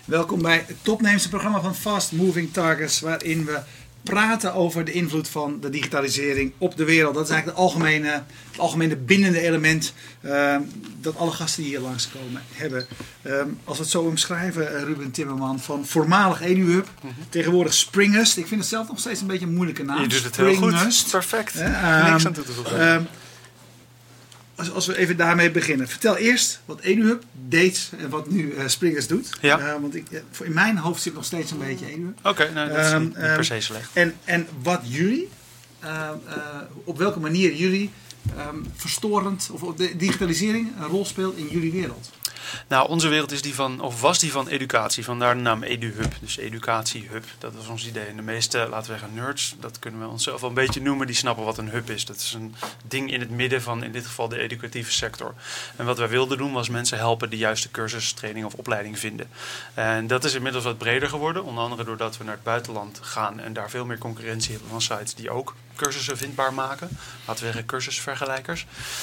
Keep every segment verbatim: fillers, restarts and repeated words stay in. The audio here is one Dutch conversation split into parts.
Welkom bij het topnames programma van Fast Moving Targets, waarin we praten over de invloed van de digitalisering op de wereld. Dat is eigenlijk het algemene, het algemene bindende element uh, dat alle gasten die hier langskomen hebben. Um, als we het zo omschrijven, uh, Ruben Timmerman van voormalig EduHub, mm-hmm. tegenwoordig Springhust. Ik vind het zelf nog steeds een beetje een moeilijke naam. Je doet het heel goed. Perfect. Uh, um, Niks aan toe te voegen. Um, Als, als we even daarmee beginnen. Vertel eerst wat EduHub deed en wat nu uh, Springhust doet. Ja. Uh, want ik, voor in mijn hoofd zit nog steeds een beetje EduHub. Oké, okay, nou, dat is um, niet, niet per se slecht. En, en wat jullie, uh, uh, op welke manier jullie um, verstorend of de digitalisering een rol speelt in jullie wereld. Nou, onze wereld is die van, of was die van educatie. Vandaar de naam EduHub, dus educatiehub. Dat was ons idee. En de meeste, laten we zeggen, nerds, dat kunnen we onszelf wel een beetje noemen, die snappen wat een hub is. Dat is een ding in het midden van, in dit geval, de educatieve sector. En wat wij wilden doen, was mensen helpen de juiste cursus, training of opleiding vinden. En dat is inmiddels wat breder geworden. Onder andere doordat we naar het buitenland gaan en daar veel meer concurrentie hebben van sites die ook cursussen vindbaar maken. Laten we zeggen, cursusvergelijkers.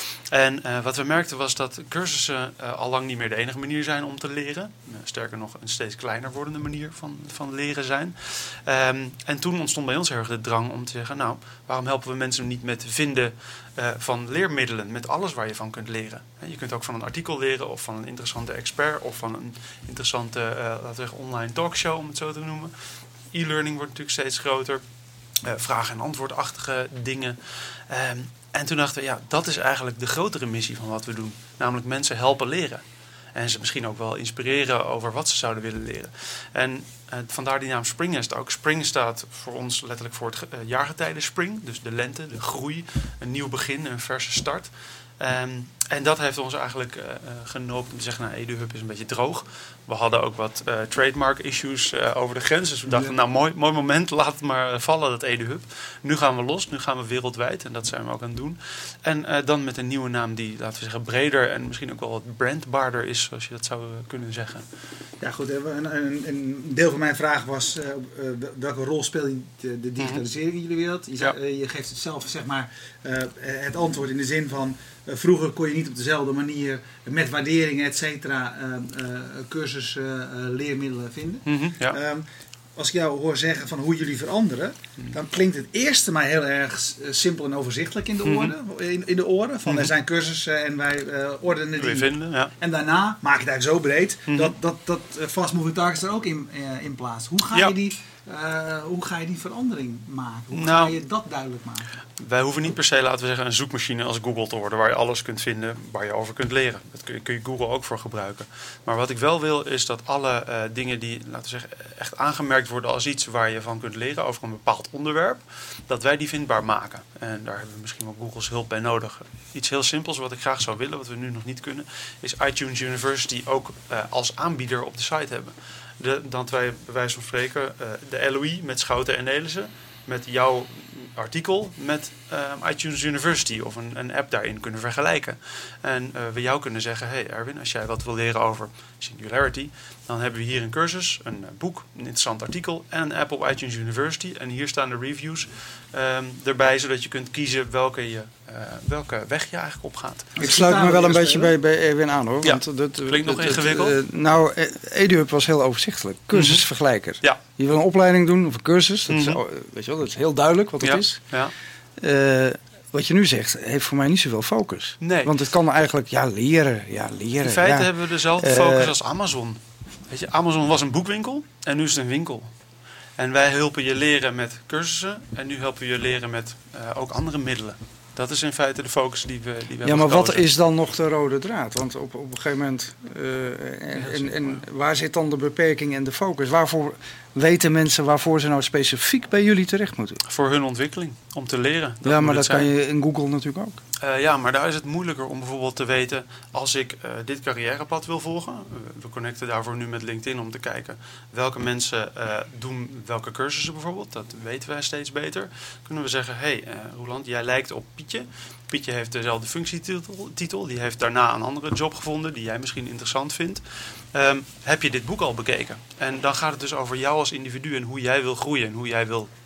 En uh, wat we merkten was dat cursussen uh, al lang niet meer de enige manier zijn om te leren. Uh, sterker nog, een steeds kleiner wordende manier van, van leren zijn. Um, en toen ontstond bij ons heel erg de drang om te zeggen, nou, waarom helpen we mensen niet met vinden uh, van leermiddelen, met alles waar je van kunt leren. Uh, je kunt ook van een artikel leren, of van een interessante expert, of van een interessante, uh, laten we zeggen, online talkshow, om het zo te noemen. E-learning wordt natuurlijk steeds groter. Uh, vraag- en antwoordachtige dingen. Um, en toen dachten we, ja, dat is eigenlijk de grotere missie van wat we doen. Namelijk mensen helpen leren. En ze misschien ook wel inspireren over wat ze zouden willen leren. En uh, vandaar die naam Springhust ook. Spring staat voor ons letterlijk voor het uh, jaargetijde spring. Dus de lente, de groei, een nieuw begin, een verse start. Um, en dat heeft ons eigenlijk uh, genoopt om te zeggen, nou, EduHub is een beetje droog. We hadden ook wat uh, trademark issues uh, over de grens. Dus we dachten, ja. nou, mooi, mooi moment, laat het maar vallen, dat EduHub. Nu gaan we los, nu gaan we wereldwijd en dat zijn we ook aan het doen. En uh, dan met een nieuwe naam die, laten we zeggen, breder en misschien ook wel wat brandbaarder is, zoals je dat zou uh, kunnen zeggen. Ja, goed. Een, een, een deel van mijn vraag was, uh, uh, welke rol speelt de, de digitalisering in jullie wereld? Je, zei, ja. uh, je geeft het zelf, zeg maar, uh, het antwoord in de zin van, uh, vroeger kon je niet op dezelfde manier met waarderingen, et cetera, uh, uh, cursus, uh, uh, leermiddelen vinden. Mm-hmm, ja. um, als ik jou hoor zeggen van hoe jullie veranderen, mm-hmm. dan klinkt het eerste maar heel erg uh, simpel en overzichtelijk in de oren. Mm-hmm. In, in de oren van mm-hmm. er zijn cursussen en wij uh, ordenen die. Vinden, ja. En daarna maak je het eigenlijk zo breed mm-hmm. dat, dat, dat uh, Fast Moving Targets er ook in, uh, in plaatst. Hoe ga, ja. je die, uh, hoe ga je die verandering maken? Hoe nou, ga je dat duidelijk maken? Wij hoeven niet per se, laten we zeggen, een zoekmachine als Google te worden, waar je alles kunt vinden, waar je over kunt leren. Dat kun je, kun je Google ook voor gebruiken. Maar wat ik wel wil, is dat alle uh, dingen die, laten we zeggen, echt aangemerkt worden als iets waar je van kunt leren over een bepaald onderwerp, dat wij die vindbaar maken. En daar hebben we misschien wel Googles hulp bij nodig. Iets heel simpels wat ik graag zou willen, wat we nu nog niet kunnen, is iTunes University ook uh, als aanbieder op de site hebben. De, dat wij bij wijze van spreken uh, de L O I met Schouten en Nelissen, met jouw artikel met uh, iTunes University of een, een app daarin kunnen vergelijken. En uh, we jou kunnen zeggen, hey Erwin, als jij wat wil leren over Singularity, dan hebben we hier een cursus, een uh, boek, een interessant artikel en een app op iTunes University. En hier staan de reviews um, erbij, zodat je kunt kiezen welke, je, uh, welke weg je eigenlijk opgaat. Ik sluit me wel een beetje bij, bij Erwin aan, hoor. Want ja, dat, klinkt nog dat, ingewikkeld. Uh, nou, EduHub was heel overzichtelijk. Cursusvergelijker. Ja. Je wil een opleiding doen of een cursus. Dat, mm-hmm. is, weet je wel, dat is heel duidelijk wat het ja. is. Ja. Uh, wat je nu zegt, heeft voor mij niet zoveel focus. Nee. Want het kan eigenlijk, ja, leren. Ja, leren In feite ja. hebben we dezelfde focus uh, als Amazon. Weet je, Amazon was een boekwinkel en nu is het een winkel. En wij helpen je leren met cursussen en nu helpen we je leren met uh, ook andere middelen. Dat is in feite de focus die we, die we hebben Ja, maar gekozen. wat is dan nog de rode draad? Want op, op een gegeven moment, uh, en, en, en waar zit dan de beperking en de focus? Waarvoor weten mensen waarvoor ze nou specifiek bij jullie terecht moeten? Voor hun ontwikkeling, om te leren. Dat ja, maar dat zijn. kan je in Google natuurlijk ook. Uh, ja, maar daar is het moeilijker om bijvoorbeeld te weten, als ik uh, dit carrièrepad wil volgen. Uh, we connecten daarvoor nu met LinkedIn om te kijken welke mensen uh, doen welke cursussen bijvoorbeeld. Dat weten wij steeds beter. Kunnen we zeggen, hé hey, uh, Roeland, jij lijkt op Pietje. Pietje heeft dezelfde functietitel. Titel. Die heeft daarna een andere job gevonden die jij misschien interessant vindt. Um, heb je dit boek al bekeken? En dan gaat het dus over jou als individu en hoe jij wil groeien en hoe jij wil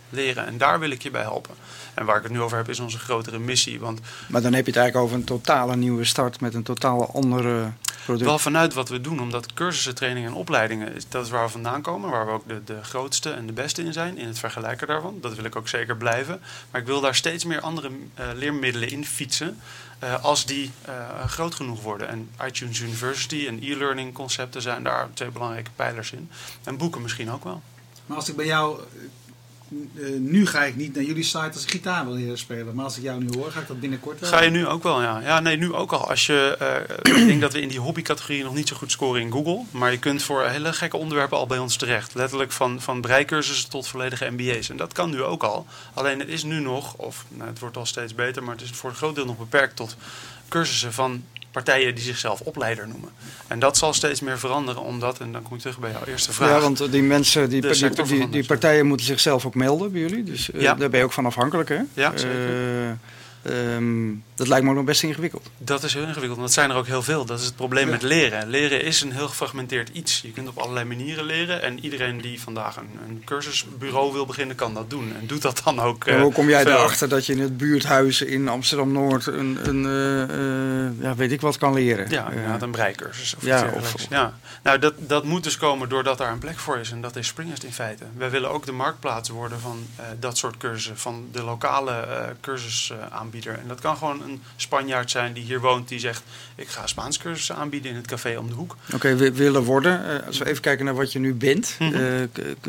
leren. En daar wil ik je bij helpen. En waar ik het nu over heb is onze grotere missie. Want maar dan heb je het eigenlijk over een totale nieuwe start met een totale andere product. Wel vanuit wat we doen, omdat cursussen, trainingen en opleidingen, dat is waar we vandaan komen. Waar we ook de, de grootste en de beste in zijn, in het vergelijken daarvan. Dat wil ik ook zeker blijven. Maar ik wil daar steeds meer andere uh, leermiddelen in fietsen. Uh, als die uh, groot genoeg worden. En iTunes University en e-learning concepten zijn daar twee belangrijke pijlers in. En boeken misschien ook wel. Maar als ik bij jou... Uh, nu ga ik niet naar jullie site als ik gitaar wil leren spelen. Maar als ik jou nu hoor, ga ik dat binnenkort wel. Ga je nu ook wel, ja. Ja, nee, nu ook al. Als je, uh, ik denk dat we in die hobbycategorie nog niet zo goed scoren in Google. Maar je kunt voor hele gekke onderwerpen al bij ons terecht. Letterlijk van, van breikursussen tot volledige M B A's. En dat kan nu ook al. Alleen het is nu nog, of nou, het wordt al steeds beter, maar het is voor een groot deel nog beperkt tot cursussen van partijen die zichzelf opleider noemen. En dat zal steeds meer veranderen, omdat, en dan kom ik terug bij jouw eerste vraag. Ja, want die mensen, die, De die, die, die partijen moeten zichzelf ook melden bij jullie. Dus uh, ja. daar ben je ook van afhankelijk, hè? Ja, zeker. Uh, Um, dat lijkt me ook nog best ingewikkeld. Dat is heel ingewikkeld, want dat zijn er ook heel veel. Dat is het probleem ja. met leren. Leren is een heel gefragmenteerd iets. Je kunt op allerlei manieren leren. En iedereen die vandaag een, een cursusbureau wil beginnen, kan dat doen. En doet dat dan ook. Uh, hoe kom jij veel. erachter dat je in het buurthuis in Amsterdam-Noord een, een uh, uh, ja, weet ik wat kan leren? Ja, inderdaad, een breikursus. Of ja, of, of, ja. Nou, dat, dat moet dus komen doordat daar een plek voor is. En dat is Springest in feite. Wij willen ook de marktplaats worden van uh, dat soort cursussen. Van de lokale uh, cursusaanbieder. En dat kan gewoon een Spanjaard zijn die hier woont, die zegt, ik ga Spaans cursussen aanbieden in het café om de hoek. Oké, okay, we willen worden. Uh, als we even kijken naar wat je nu bent. Mm-hmm. uh, k- k-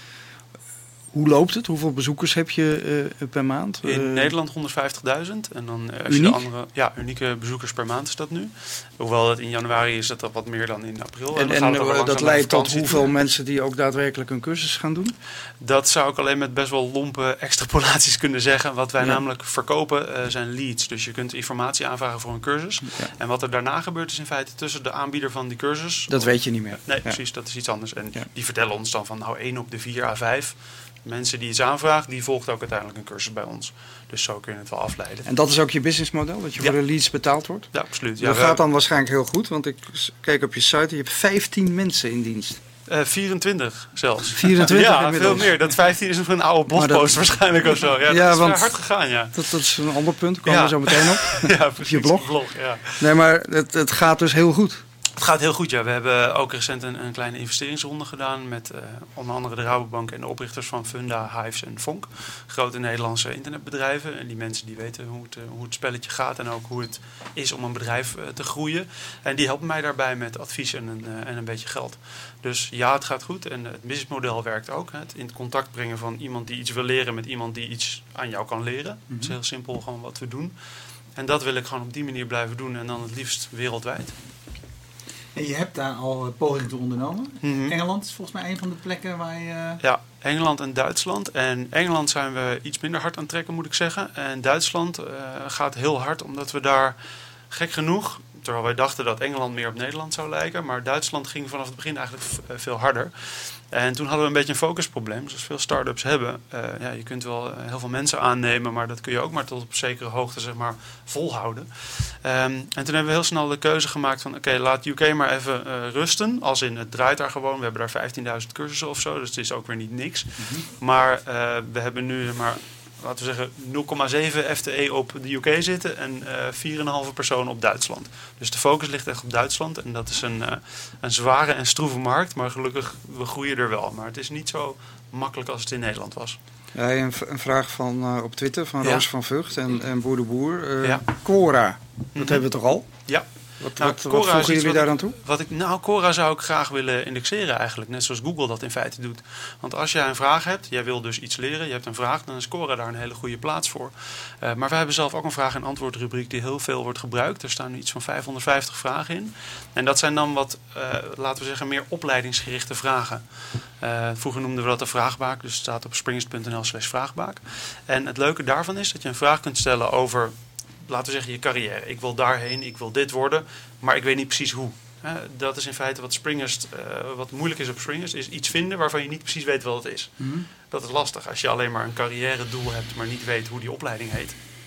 hoe loopt het? Hoeveel bezoekers heb je uh, per maand? In uh, Nederland honderdvijftigduizend. En dan uh, als je de andere, ja, unieke bezoekers per maand is dat nu. Hoewel dat in januari is dat wat meer dan in april. En, en, en uh, dat leidt tot hoeveel toe. mensen die ook daadwerkelijk een cursus gaan doen? Dat zou ik alleen met best wel lompe extrapolaties kunnen zeggen. Wat wij ja. namelijk verkopen uh, zijn leads. Dus je kunt informatie aanvragen voor een cursus. Ja. En wat er daarna gebeurt is in feite tussen de aanbieder van die cursus. Dat of, weet je niet meer. Nee, ja. precies. Dat is iets anders. En ja. die vertellen ons dan van nou één op de vier à vijf mensen die iets aanvragen, die volgt ook uiteindelijk een cursus bij ons. Dus zo kun je het wel afleiden. En dat is ook je businessmodel? Dat je ja. voor de leads betaald wordt? Ja, absoluut. Ja, dat gaat dan waarschijnlijk heel goed, want ik keek op je site. Je hebt vijftien mensen in dienst. Uh, vierentwintig zelfs. vierentwintig ja, inmiddels. veel meer. Dat vijftien is nog een oude blogpost waarschijnlijk of zo. Ja, dat ja, is want hard gegaan, ja. Dat, dat is een ander punt, daar komen ja. we zo meteen op. ja, op je blog. blog ja. Nee, maar het, het gaat dus heel goed. Het gaat heel goed, ja. We hebben ook recent een, een kleine investeringsronde gedaan met uh, onder andere de Rabobank en de oprichters van Funda, Hives en Vonk. Grote Nederlandse internetbedrijven. En die mensen die weten hoe het, uh, hoe het spelletje gaat en ook hoe het is om een bedrijf uh, te groeien. En die helpen mij daarbij met advies en een, uh, en een beetje geld. Dus ja, het gaat goed. En het businessmodel werkt ook. Hè. Het in contact brengen van iemand die iets wil leren met iemand die iets aan jou kan leren. Mm-hmm. Dat is heel simpel gewoon wat we doen. En dat wil ik gewoon op die manier blijven doen. En dan het liefst wereldwijd. En je hebt daar al pogingen toe ondernomen. Mm-hmm. Engeland is volgens mij een van de plekken waar je... Ja, Engeland en Duitsland. En Engeland zijn we iets minder hard aan het trekken, moet ik zeggen. En Duitsland uh, gaat heel hard, omdat we daar, gek genoeg, terwijl wij dachten dat Engeland meer op Nederland zou lijken, maar Duitsland ging vanaf het begin eigenlijk veel harder. En toen hadden we een beetje een focusprobleem, zoals veel start-ups hebben. Uh, ja, je kunt wel heel veel mensen aannemen, maar dat kun je ook maar tot op zekere hoogte zeg maar, volhouden. Um, en toen hebben we heel snel de keuze gemaakt van, oké, okay, laat U K maar even uh, rusten. Als in, het draait daar gewoon. We hebben daar vijftienduizend cursussen of zo, dus het is ook weer niet niks. Mm-hmm. Maar uh, we hebben nu maar, laten we zeggen, nul komma zeven F T E op de U K zitten en uh, vier komma vijf persoon op Duitsland. Dus de focus ligt echt op Duitsland. En dat is een, uh, een zware en stroeve markt, maar gelukkig, we groeien er wel. Maar het is niet zo makkelijk als het in Nederland was. Ja, een, v- een vraag van, uh, op Twitter van ja. Roos van Vught en, en Boer de Boer. Uh, ja. Quora, dat mm-hmm. hebben we toch al? Ja. Wat, nou, wat, wat voegen jullie daar aan toe? Wat ik, nou, Quora zou ik graag willen indexeren eigenlijk. Net zoals Google dat in feite doet. Want als jij een vraag hebt, jij wil dus iets leren, je hebt een vraag, dan is Quora daar een hele goede plaats voor. Uh, maar wij hebben zelf ook een vraag- en antwoordrubriek die heel veel wordt gebruikt. Er staan nu iets van vijfhonderdvijftig vragen in. En dat zijn dan wat, uh, laten we zeggen, meer opleidingsgerichte vragen. Uh, vroeger noemden we dat de vraagbaak, dus het staat op springest.nl slash vraagbaak. En het leuke daarvan is dat je een vraag kunt stellen over, laten we zeggen, je carrière. Ik wil daarheen, ik wil dit worden, maar ik weet niet precies hoe. Uh, dat is in feite wat Springest, uh, wat moeilijk is op Springest, is iets vinden waarvan je niet precies weet wat het is. Mm-hmm. Dat is lastig als je alleen maar een carrière doel hebt, maar niet weet hoe die opleiding heet.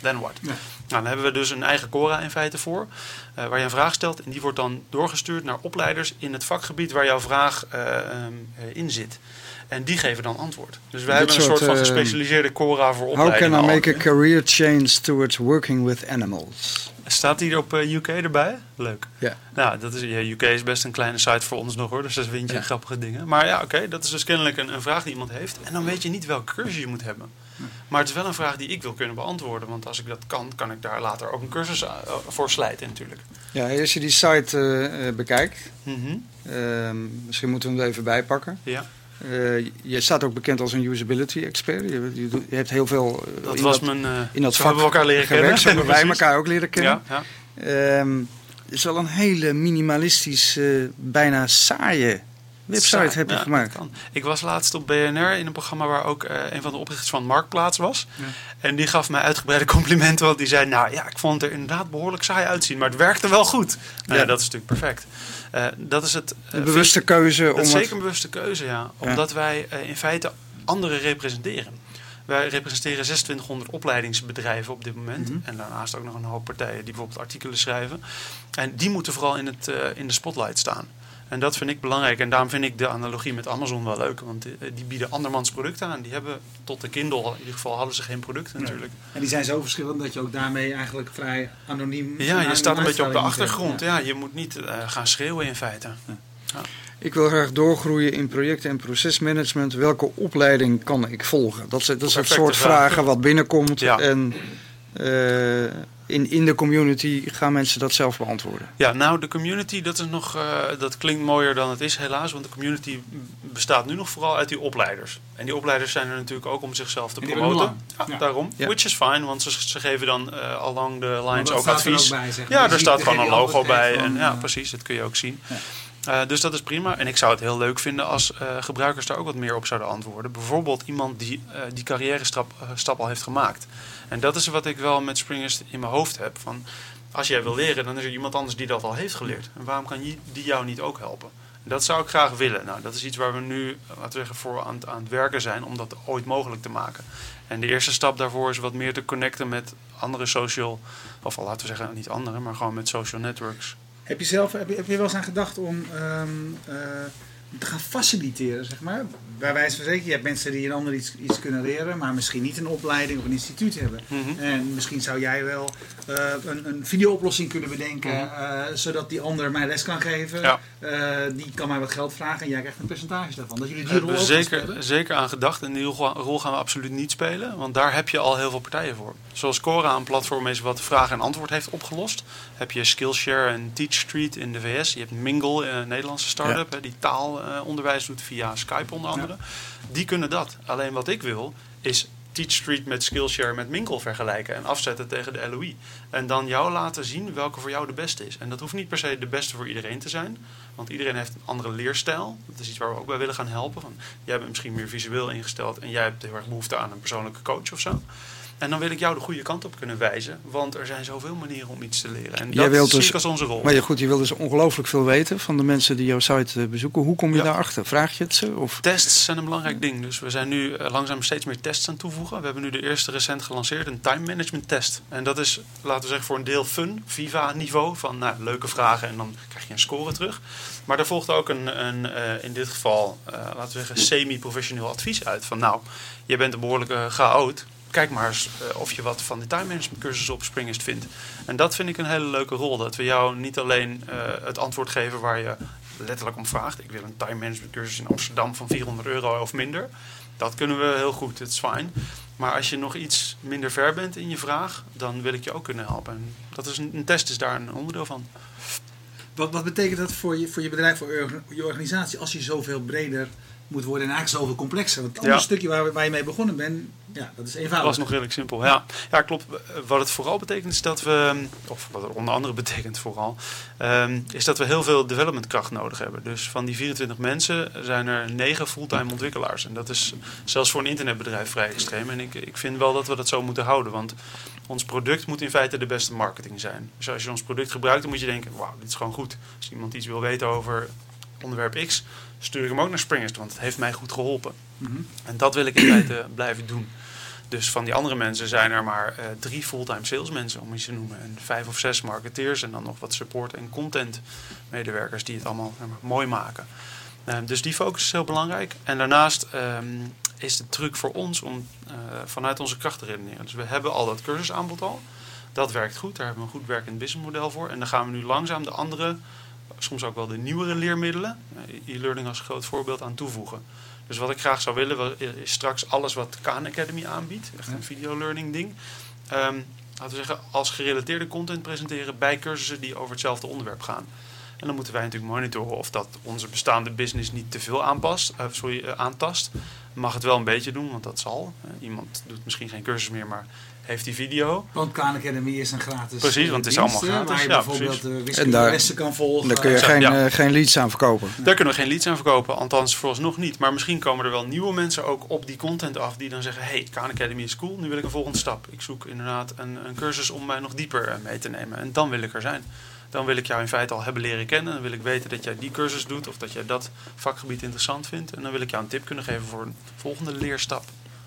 then what? Ja. Nou, dan hebben we dus een eigen Cora in feite voor, uh, waar je een vraag stelt en die wordt dan doorgestuurd naar opleiders in het vakgebied waar jouw vraag uh, um, uh, in zit. En die geven dan antwoord. Dus wij hebben een soort, soort van gespecialiseerde Cora voor opleidingen. How can I make a career change towards working with animals? Staat die op uh, U K erbij? Leuk. Ja. Nou, dat is, ja, U K is best een kleine site voor ons nog hoor. Dus dat vind je ja. grappige dingen. Maar ja, oké, okay, dat is dus kennelijk een, een vraag die iemand heeft. En dan weet je niet welke cursus je moet hebben. Ja. Maar het is wel een vraag die ik wil kunnen beantwoorden. Want als ik dat kan, kan ik daar later ook een cursus uh, voor slijten natuurlijk. Ja, als je die site uh, bekijkt. Mm-hmm. Uh, misschien moeten we hem er even bijpakken. Ja. Uh, je staat ook bekend als een usability expert. Je, je, je hebt heel veel uh, dat in, was dat, mijn, uh, in dat zo vak hebben we elkaar leren gewerkt. kennen. Zo hebben wij elkaar ook leren kennen. Ja, ja. Um, het is wel een hele minimalistisch, uh, bijna saaie website Saai, heb je ja, gemaakt. Ik was laatst op B N R in een programma waar ook uh, een van de oprichters van Marktplaats was. Ja. En die gaf mij uitgebreide complimenten. Want die zei, nou ja, ik vond het er inderdaad behoorlijk saai uitzien. Maar het werkte wel goed. Nou, ja, dat is natuurlijk perfect. Uh, dat is het. Uh, een bewuste keuze. Dat om is zeker het... een bewuste keuze, ja. Omdat ja. wij uh, in feite anderen representeren. Wij representeren zesentwintighonderd opleidingsbedrijven op dit moment. Mm-hmm. En daarnaast ook nog een hoop partijen die bijvoorbeeld artikelen schrijven. En die moeten vooral in, het, uh, in de spotlight staan. En dat vind ik belangrijk. En daarom vind ik de analogie met Amazon wel leuk. Want die, die bieden andermans producten aan. Die hebben tot de Kindle, in ieder geval hadden ze geen producten natuurlijk. Ja. En die zijn zo verschillend dat je ook daarmee eigenlijk vrij anoniem... Ja, je staat een beetje op de achtergrond. Ja. Ja, je moet niet uh, gaan schreeuwen in feite. Ja. Ja. Ik wil graag doorgroeien in project- en procesmanagement. Welke opleiding kan ik volgen? Dat, dat is het soort vraag. vragen wat binnenkomt. Ja. En uh, in, in de community gaan mensen dat zelf beantwoorden. Ja, nou de community, dat, is nog, uh, dat klinkt mooier dan het is helaas. Want de community bestaat nu nog vooral uit die opleiders. En die opleiders zijn er natuurlijk ook om zichzelf te en promoten. Ja, ja. Daarom. Ja. Which is fine, want ze, ze geven dan uh, along the lines ook advies. Er ook bij, zeg maar. Ja, er staat gewoon een logo bij. En, ja, precies, dat kun je ook zien. Ja. Uh, dus dat is prima. En ik zou het heel leuk vinden als uh, gebruikers daar ook wat meer op zouden antwoorden. Bijvoorbeeld iemand die uh, die carrière stap, uh, stap al heeft gemaakt. En dat is wat ik wel met Springers in mijn hoofd heb. Van, als jij wil leren, dan is er iemand anders die dat al heeft geleerd. En waarom kan je, die jou niet ook helpen? En dat zou ik graag willen. Nou, dat is iets waar we nu, laten we zeggen, voor aan, aan het werken zijn om dat ooit mogelijk te maken. En de eerste stap daarvoor is wat meer te connecten met andere social, of al laten we zeggen niet andere, maar gewoon met social networks. Heb je zelf heb je, heb je wel eens aan gedacht om um, uh, te gaan faciliteren, zeg maar? Bij wijze van spreken, je hebt mensen die een ander iets, iets kunnen leren, maar misschien niet een opleiding of een instituut hebben. Mm-hmm. En misschien zou jij wel uh, een, een videooplossing kunnen bedenken, mm-hmm. uh, zodat die ander mij les kan geven. Ja. Uh, die kan mij wat geld vragen en jij krijgt een percentage daarvan. Dat jullie die rol ook zeker, zeker aan gedacht en die rol gaan we absoluut niet spelen, want daar heb je al heel veel partijen voor. Zoals Cora een platform is wat vraag en antwoord heeft opgelost. Heb je Skillshare en TeachStreet in de V S. Je hebt Mingle, een Nederlandse start-up, ja. hè, die taalonderwijs uh, doet via Skype onder andere. Ja. Die kunnen dat. Alleen wat ik wil is TeachStreet met Skillshare met Mingle vergelijken en afzetten tegen de L O I. En dan jou laten zien welke voor jou de beste is. En dat hoeft niet per se de beste voor iedereen te zijn. Want iedereen heeft een andere leerstijl. Dat is iets waar we ook bij willen gaan helpen. Van, jij bent misschien meer visueel ingesteld en jij hebt heel erg behoefte aan een persoonlijke coach of zo. En dan wil ik jou de goede kant op kunnen wijzen. Want er zijn zoveel manieren om iets te leren. En dat zie dus, ik als onze rol. Maar ja, goed, je wil dus ongelooflijk veel weten van de mensen die jouw site bezoeken. Hoe kom je ja. daarachter? Vraag je het ze? Of? Tests zijn een belangrijk ding. Dus we zijn nu uh, langzaam steeds meer tests aan toevoegen. We hebben nu de eerste recent gelanceerd, een time management test. En dat is, laten we zeggen, voor een deel fun, Viva niveau. Van nou, leuke vragen en dan krijg je een score terug. Maar daar volgt ook een, een uh, in dit geval, uh, laten we zeggen, semi-professioneel advies uit. Van nou, je bent een behoorlijke chaot. Kijk maar eens uh, of je wat van de time management cursus op Springist vindt. En dat vind ik een hele leuke rol. Dat we jou niet alleen uh, het antwoord geven waar je letterlijk om vraagt. Ik wil een time management cursus in Amsterdam van vierhonderd euro of minder. Dat kunnen we heel goed, het is fijn. Maar als je nog iets minder ver bent in je vraag, dan wil ik je ook kunnen helpen. En dat is een, een test is daar een onderdeel van. Wat, wat betekent dat voor je, voor je bedrijf, voor je, je organisatie, als je zoveel breder moet worden en eigenlijk zoveel complexer? Want het andere ja. stukje waar, waar je mee begonnen bent, ja, dat is eenvoudig. Dat was nog redelijk simpel, ja. Ja, klopt. Wat het vooral betekent is dat we, of wat het onder andere betekent vooral, um, is dat we heel veel developmentkracht nodig hebben. Dus van die vierentwintig mensen zijn er negen fulltime ontwikkelaars. En dat is zelfs voor een internetbedrijf vrij extreem. En ik, ik vind wel dat we dat zo moeten houden, want ons product moet in feite de beste marketing zijn. Dus als je ons product gebruikt, dan moet je denken, wauw, dit is gewoon goed. Als iemand iets wil weten over onderwerp X, stuur ik hem ook naar Springist, want het heeft mij goed geholpen. Mm-hmm. En dat wil ik in feite blijven doen. Dus van die andere mensen zijn er maar uh, drie fulltime salesmensen, om iets te noemen. En vijf of zes marketeers en dan nog wat support- en content medewerkers die het allemaal uh, mooi maken. Uh, dus die focus is heel belangrijk. En daarnaast um, is de truc voor ons om uh, vanuit onze kracht te redeneren. Dus we hebben al dat cursusaanbod al. Dat werkt goed, daar hebben we een goed werkend businessmodel voor. En dan gaan we nu langzaam de andere, soms ook wel de nieuwere leermiddelen, e-learning als groot voorbeeld, aan toevoegen. Dus wat ik graag zou willen is straks alles wat Khan Academy aanbiedt, echt een videolearning ding, um, laten we zeggen, als gerelateerde content presenteren bij cursussen die over hetzelfde onderwerp gaan. En dan moeten wij natuurlijk monitoren of dat onze bestaande business niet te veel aanpast, uh, sorry, uh, aantast. Mag het wel een beetje doen, want dat zal. Uh, iemand doet misschien geen cursus meer, maar heeft die video. Want Khan Academy is een gratis Precies, want het is dienst, allemaal gratis. Waar je ja, bijvoorbeeld uh, wiskundelessen kan volgen. Daar kun je geen, ja. uh, geen leads aan verkopen. Daar kunnen we geen leads aan verkopen, althans vooralsnog niet. Maar misschien komen er wel nieuwe mensen ook op die content af die dan zeggen, hey, Khan Academy is cool, nu wil ik een volgende stap. Ik zoek inderdaad een, een cursus om mij nog dieper uh, mee te nemen. En dan wil ik er zijn. Dan wil ik jou in feite al hebben leren kennen. Dan wil ik weten dat jij die cursus doet of dat jij dat vakgebied interessant vindt. En dan wil ik jou een tip kunnen geven voor een volgende leerstap.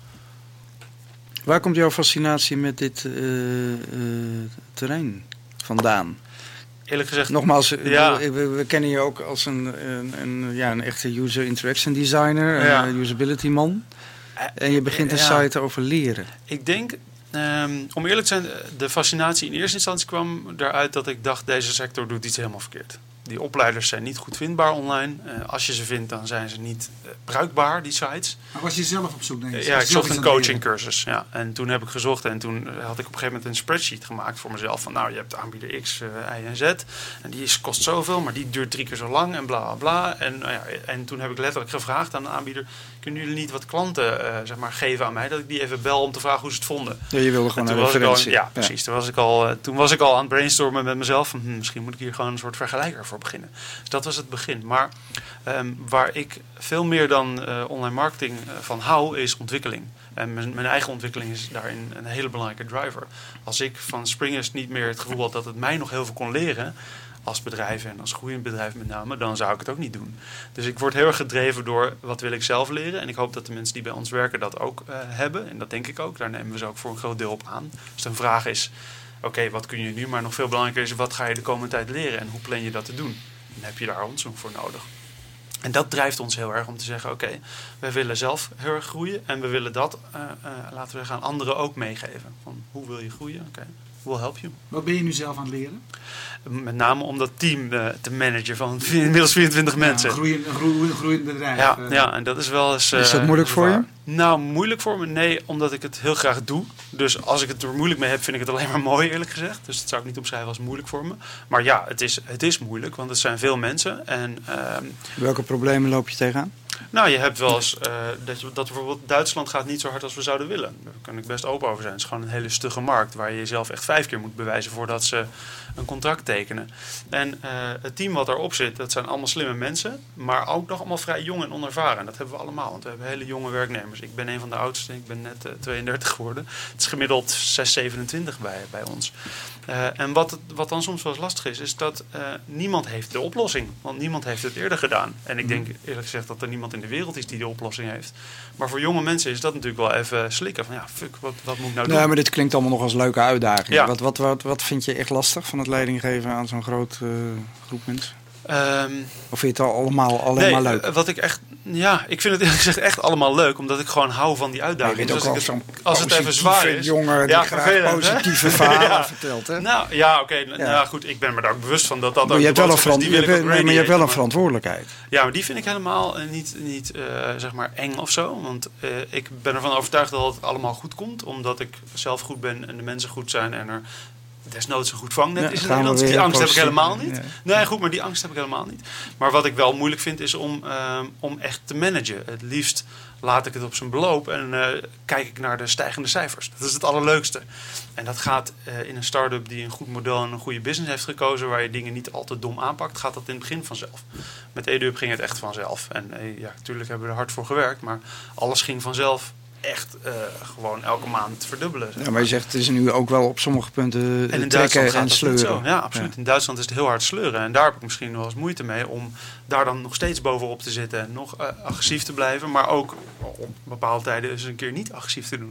Waar komt jouw fascinatie met dit uh, uh, terrein vandaan? Eerlijk gezegd... Nogmaals, ja. we, we, we kennen je ook als een, een, een, ja, een echte user interaction designer, ja. een usability man. En je begint een ja. site over leren. Ik denk... Um, om eerlijk te zijn, de fascinatie in eerste instantie kwam eruit dat ik dacht, deze sector doet iets helemaal verkeerd. Die opleiders zijn niet goed vindbaar online. Uh, als je ze vindt, dan zijn ze niet uh, bruikbaar, die sites. Maar was je zelf op zoek naar iets? Uh, ja, ik zocht een coachingcursus. Ja. En toen heb ik gezocht en toen had ik op een gegeven moment een spreadsheet gemaakt voor mezelf. Van nou, je hebt aanbieder X, uh, Y en Z. En die is, kost zoveel, maar die duurt drie keer zo lang en bla bla bla. En, uh, ja, en toen heb ik letterlijk gevraagd aan de aanbieder, kunnen jullie niet wat klanten uh, zeg maar, geven aan mij? Dat ik die even bel om te vragen hoe ze het vonden. Ja, je wilde gewoon een referentie. Al, ja, precies. Ja. Toen, was ik al, uh, toen was ik al aan het brainstormen met mezelf. Van, hm, misschien moet ik hier gewoon een soort vergelijker voor beginnen. Dus dat was het begin. Maar um, waar ik veel meer dan uh, online marketing uh, van hou, is ontwikkeling. En mijn, mijn eigen ontwikkeling is daarin een hele belangrijke driver. Als ik van Springers niet meer het gevoel had dat het mij nog heel veel kon leren, als bedrijf en als groeiend bedrijf met name, dan zou ik het ook niet doen. Dus ik word heel erg gedreven door wat wil ik zelf leren. En ik hoop dat de mensen die bij ons werken dat ook uh, hebben. En dat denk ik ook. Daar nemen we ze ook voor een groot deel op aan. Dus de vraag is, oké, okay, wat kun je nu? Maar nog veel belangrijker is, wat ga je de komende tijd leren? En hoe plan je dat te doen? Dan heb je daar ons nog voor nodig. En dat drijft ons heel erg om te zeggen, oké, okay, wij willen zelf heel erg groeien. En we willen dat, uh, uh, laten we zeggen, aan anderen ook meegeven. Van, hoe wil je groeien? Oké, okay, we'll help you. Wat ben je nu zelf aan het leren? Met name om dat team uh, te managen van inmiddels vierentwintig ja, mensen. Een groeiend, groeiend, groeiend bedrijf. Ja, uh, ja, en dat is wel eens... Uh, is dat moeilijk voor je? Nou, moeilijk voor me? Nee, omdat ik het heel graag doe. Dus als ik het er moeilijk mee heb, vind ik het alleen maar mooi, eerlijk gezegd. Dus dat zou ik niet omschrijven als moeilijk voor me. Maar ja, het is, het is moeilijk, want het zijn veel mensen. En, uh, welke problemen loop je tegenaan? Nou, je hebt wel eens uh, dat, je, dat bijvoorbeeld Duitsland gaat niet zo hard als we zouden willen. Daar kan ik best open over zijn. Het is gewoon een hele stugge markt waar je jezelf echt vijf keer moet bewijzen voordat ze een contract tekenen. En uh, het team wat daarop zit, dat zijn allemaal slimme mensen, maar ook nog allemaal vrij jong en onervaren. En dat hebben we allemaal, want we hebben hele jonge werknemers. Ik ben een van de oudste, ik ben net uh, tweeëndertig geworden. Het is gemiddeld zes, zevenentwintig bij, bij ons. Uh, en wat, wat dan soms wel eens lastig is, is dat uh, niemand heeft de oplossing. Want niemand heeft het eerder gedaan. En ik denk eerlijk gezegd dat er niemand in de wereld is die de oplossing heeft. Maar voor jonge mensen is dat natuurlijk wel even slikken. Van ja, fuck, wat, wat moet ik nou doen? Nee, maar dit klinkt allemaal nog als leuke uitdaging. Ja. Wat, wat, wat, wat vind je echt lastig van het leidinggeven aan zo'n groot uh, groep mensen? Um, of vind je het al allemaal alleen nee, maar leuk? Wat ik echt, ja, ik vind het eerlijk gezegd echt allemaal leuk, omdat ik gewoon hou van die uitdaging. Dus als, het, als het even zwaar is, jongen die ja, graag positieve verhalen ja. vertelt, hè? Nou ja, oké, okay, ja. nou goed, ik ben me daar ook bewust van dat dat. Maar je hebt wel een, verant- je bent, maar je hebt wel een verantwoordelijkheid. Ja, maar die vind ik helemaal niet, niet uh, zeg maar eng of zo, want uh, ik ben ervan overtuigd dat het allemaal goed komt, omdat ik zelf goed ben en de mensen goed zijn en er desnoods een goed vangnet ja, is in Nederland. Die angst heb ik helemaal niet. Ja. Nee, goed, maar die angst heb ik helemaal niet. Maar wat ik wel moeilijk vind is om, uh, om echt te managen. Het liefst laat ik het op zijn beloop en uh, kijk ik naar de stijgende cijfers. Dat is het allerleukste. En dat gaat uh, in een start-up die een goed model en een goede business heeft gekozen, waar je dingen niet al te dom aanpakt, gaat dat in het begin vanzelf. Met EduHub ging het echt vanzelf. En uh, ja, natuurlijk hebben we er hard voor gewerkt, maar alles ging vanzelf echt uh, gewoon elke maand verdubbelen. Ja, maar je zegt het is nu ook wel op sommige punten en in trekken en sleuren. Zo. Ja, absoluut. Ja. In Duitsland is het heel hard sleuren. En daar heb ik misschien wel eens moeite mee om daar dan nog steeds bovenop te zitten en nog uh, agressief te blijven. Maar ook op bepaalde tijden eens een keer niet agressief te doen.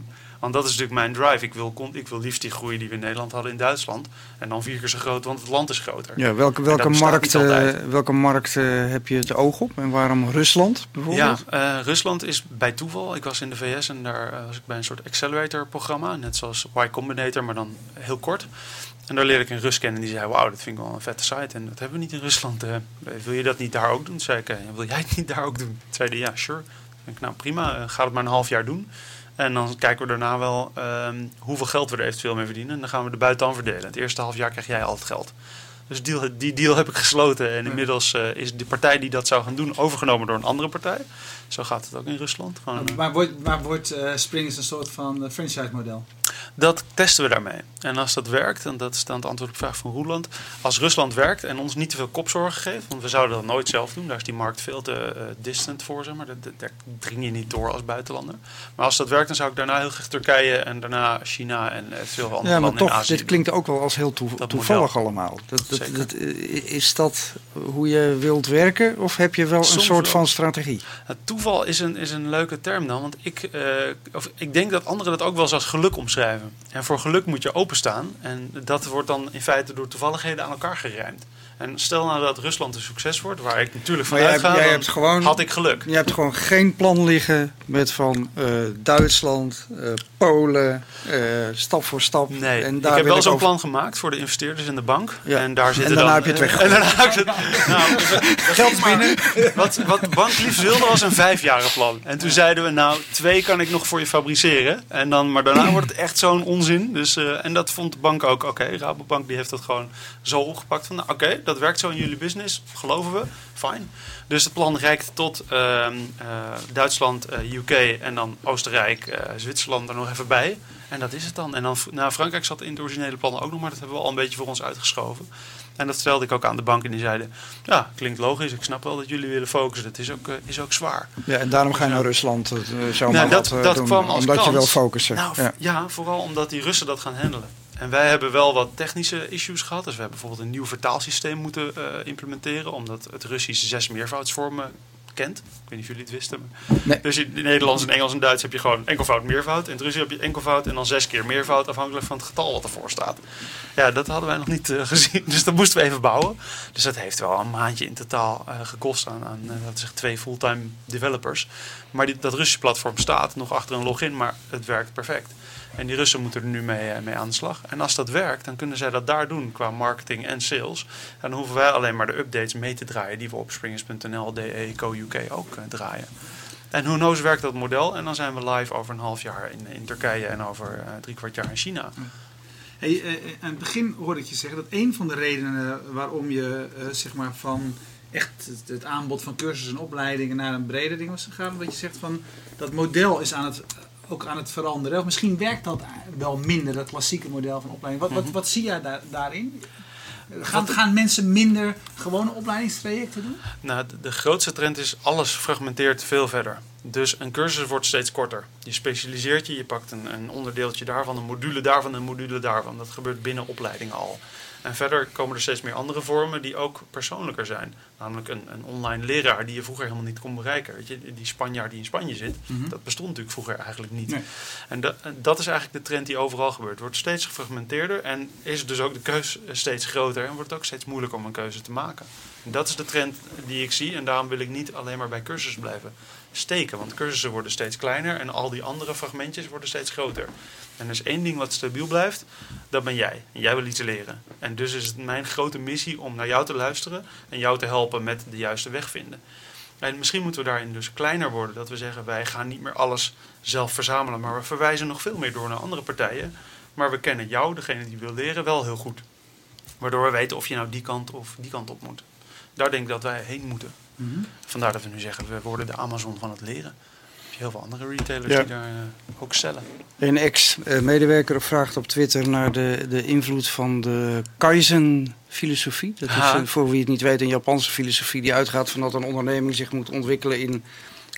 Want dat is natuurlijk mijn drive. Ik wil, ik wil liefst die groei die we in Nederland hadden in Duitsland. En dan vier keer zo groot, want het land is groter. Ja, welke welke markt, uh, welke markt uh, heb je het oog op? En waarom Rusland bijvoorbeeld? Ja, uh, Rusland is bij toeval. Ik was in de V S en daar uh, was ik bij een soort accelerator-programma. Net zoals Y Combinator, maar dan heel kort. En daar leerde ik een Rus kennen die zei, wauw, dat vind ik wel een vette site. En dat hebben we niet in Rusland. Uh, wil je dat niet daar ook doen? Toen zei ik, uh, wil jij het niet daar ook doen? Toen zei hij, ja, sure. Toen zei ik, nou prima, uh, ga het maar een half jaar doen. En dan kijken we daarna wel um, hoeveel geld we er eventueel mee verdienen. En dan gaan we de buiten dan verdelen. Het eerste half jaar krijg jij al het geld. Dus die deal, die deal heb ik gesloten. En inmiddels uh, is de partij die dat zou gaan doen overgenomen door een andere partij. Zo gaat het ook in Rusland. Gewoon, maar wordt, maar wordt uh, Springers een soort van uh, franchise model? Dat testen we daarmee. En als dat werkt, en dat is dan het antwoord op de vraag van Roeland. Als Rusland werkt en ons niet te veel kopzorgen geeft, want we zouden dat nooit zelf doen. Daar is die markt veel te uh, distant voor, zeg maar. Daar, daar dring je niet door als buitenlander. Maar als dat werkt, dan zou ik daarna heel graag Turkije en daarna China en veel andere ja, landen in toch, Azië. Dit klinkt ook wel als heel toe, toevallig model. allemaal. Dat, dat, dat, is dat hoe je wilt werken of heb je wel Soms een soort wel. van strategie? Het toeval is een, is een leuke term dan, want ik, uh, of ik denk dat anderen dat ook wel eens als geluk omschrijven. En voor geluk moet je openstaan. En dat wordt dan in feite door toevalligheden aan elkaar gerijmd. En stel nou dat Rusland een succes wordt, waar ik natuurlijk van uitga, jij hebt gewoon, had ik geluk. Je hebt gewoon geen plan liggen met van uh, Duitsland, uh, Polen, uh, stap voor stap. Nee, en daar ik heb wel zo'n over... plan gemaakt voor de investeerders in de bank. Ja. En daar zitten en daarna dan, heb je het weggegooid. En daarna heb je het, nou, geld is binnen. Wat, wat de bank liefst wilde was een vijfjaren plan. En toen zeiden we, nou, twee kan ik nog voor je fabriceren. En dan, maar daarna wordt het echt zo'n onzin. Dus, uh, en dat vond de bank ook oké. Okay, Rabobank die heeft dat gewoon zo opgepakt. Van, nou, oké, okay, dat werkt zo in jullie business, geloven we, fijn. Dus het plan reikt tot uh, uh, Duitsland, uh, U K en dan Oostenrijk, uh, Zwitserland er nog even bij. En dat is het dan. En dan nou, Frankrijk zat in de originele plannen ook nog, maar dat hebben we al een beetje voor ons uitgeschoven. En dat stelde ik ook aan de bank en die zeiden, ja, klinkt logisch, ik snap wel dat jullie willen focussen, dat is ook, uh, is ook zwaar. Ja, en daarom ga je naar Rusland uh, zomaar nou, dat, wat, uh, dat doen, kwam als omdat kans. je wil focussen. Nou, ja. ja, vooral omdat die Russen dat gaan handelen. En wij hebben wel wat technische issues gehad. Dus we hebben bijvoorbeeld een nieuw vertaalsysteem moeten uh, implementeren. Omdat het Russisch zes meervoudsvormen kent. Ik weet niet of jullie het wisten. Maar... Nee. Dus in Nederlands en Engels en Duits heb je gewoon enkelvoud, meervoud. In het Russisch heb je enkelvoud en dan zes keer meervoud. Afhankelijk van het getal wat ervoor staat. Ja, dat hadden wij nog niet uh, gezien. Dus dat moesten we even bouwen. Dus dat heeft wel een maandje in totaal uh, gekost aan, aan uh, dat is twee fulltime developers. Maar die, dat Russische platform staat nog achter een login. Maar het werkt perfect. En die Russen moeten er nu mee, mee aan de slag. En als dat werkt, dan kunnen zij dat daar doen qua marketing en sales. En dan hoeven wij alleen maar de updates mee te draaien die we op springers punt n l, D E, Co U K ook uh, draaien. En who knows werkt dat model. En dan zijn we live over een half jaar in, in Turkije en over uh, drie kwart jaar in China. Hey, uh, aan het begin hoorde ik je zeggen dat een van de redenen waarom je uh, zeg maar van echt het, het aanbod van cursussen en opleidingen naar een breder ding was gegaan. Omdat je zegt van dat model is aan het... ook aan het veranderen. Of misschien werkt dat wel minder, dat klassieke model van opleiding. Wat, wat, wat zie jij daar, daarin? Gaan, gaan mensen minder gewone opleidingstrajecten doen? Nou, de, de grootste trend is alles fragmenteert veel verder. Dus een cursus wordt steeds korter. Je specialiseert je, je pakt een, een onderdeeltje daarvan, een module daarvan, een module daarvan. Dat gebeurt binnen opleidingen al. En verder komen er steeds meer andere vormen die ook persoonlijker zijn. Namelijk een, een online leraar die je vroeger helemaal niet kon bereiken. Weet je, die Spanjaard die in Spanje zit, mm-hmm. dat bestond natuurlijk vroeger eigenlijk niet. Nee. En dat, dat is eigenlijk de trend die overal gebeurt. Het wordt steeds gefragmenteerder en is dus ook de keus steeds groter. En wordt het ook steeds moeilijker om een keuze te maken. En dat is de trend die ik zie. En daarom wil ik niet alleen maar bij cursussen blijven steken. Want cursussen worden steeds kleiner en al die andere fragmentjes worden steeds groter. En er is één ding wat stabiel blijft, dat ben jij. En jij wil iets leren. En dus is het mijn grote missie om naar jou te luisteren en jou te helpen met de juiste weg vinden. En misschien moeten we daarin dus kleiner worden. Dat we zeggen, wij gaan niet meer alles zelf verzamelen, maar we verwijzen nog veel meer door naar andere partijen. Maar we kennen jou, degene die wil leren, wel heel goed. Waardoor we weten of je nou die kant of die kant op moet. Daar denk ik dat wij heen moeten. Mm-hmm. Vandaar dat we nu zeggen, we worden de Amazon van het leren. Heel veel andere retailers ja. die daar uh, ook cellen. Een ex-medewerker vraagt op Twitter naar de, de invloed van de Kaizen-filosofie. Dat is, uh, voor wie het niet weet, een Japanse filosofie die uitgaat van dat een onderneming zich moet ontwikkelen in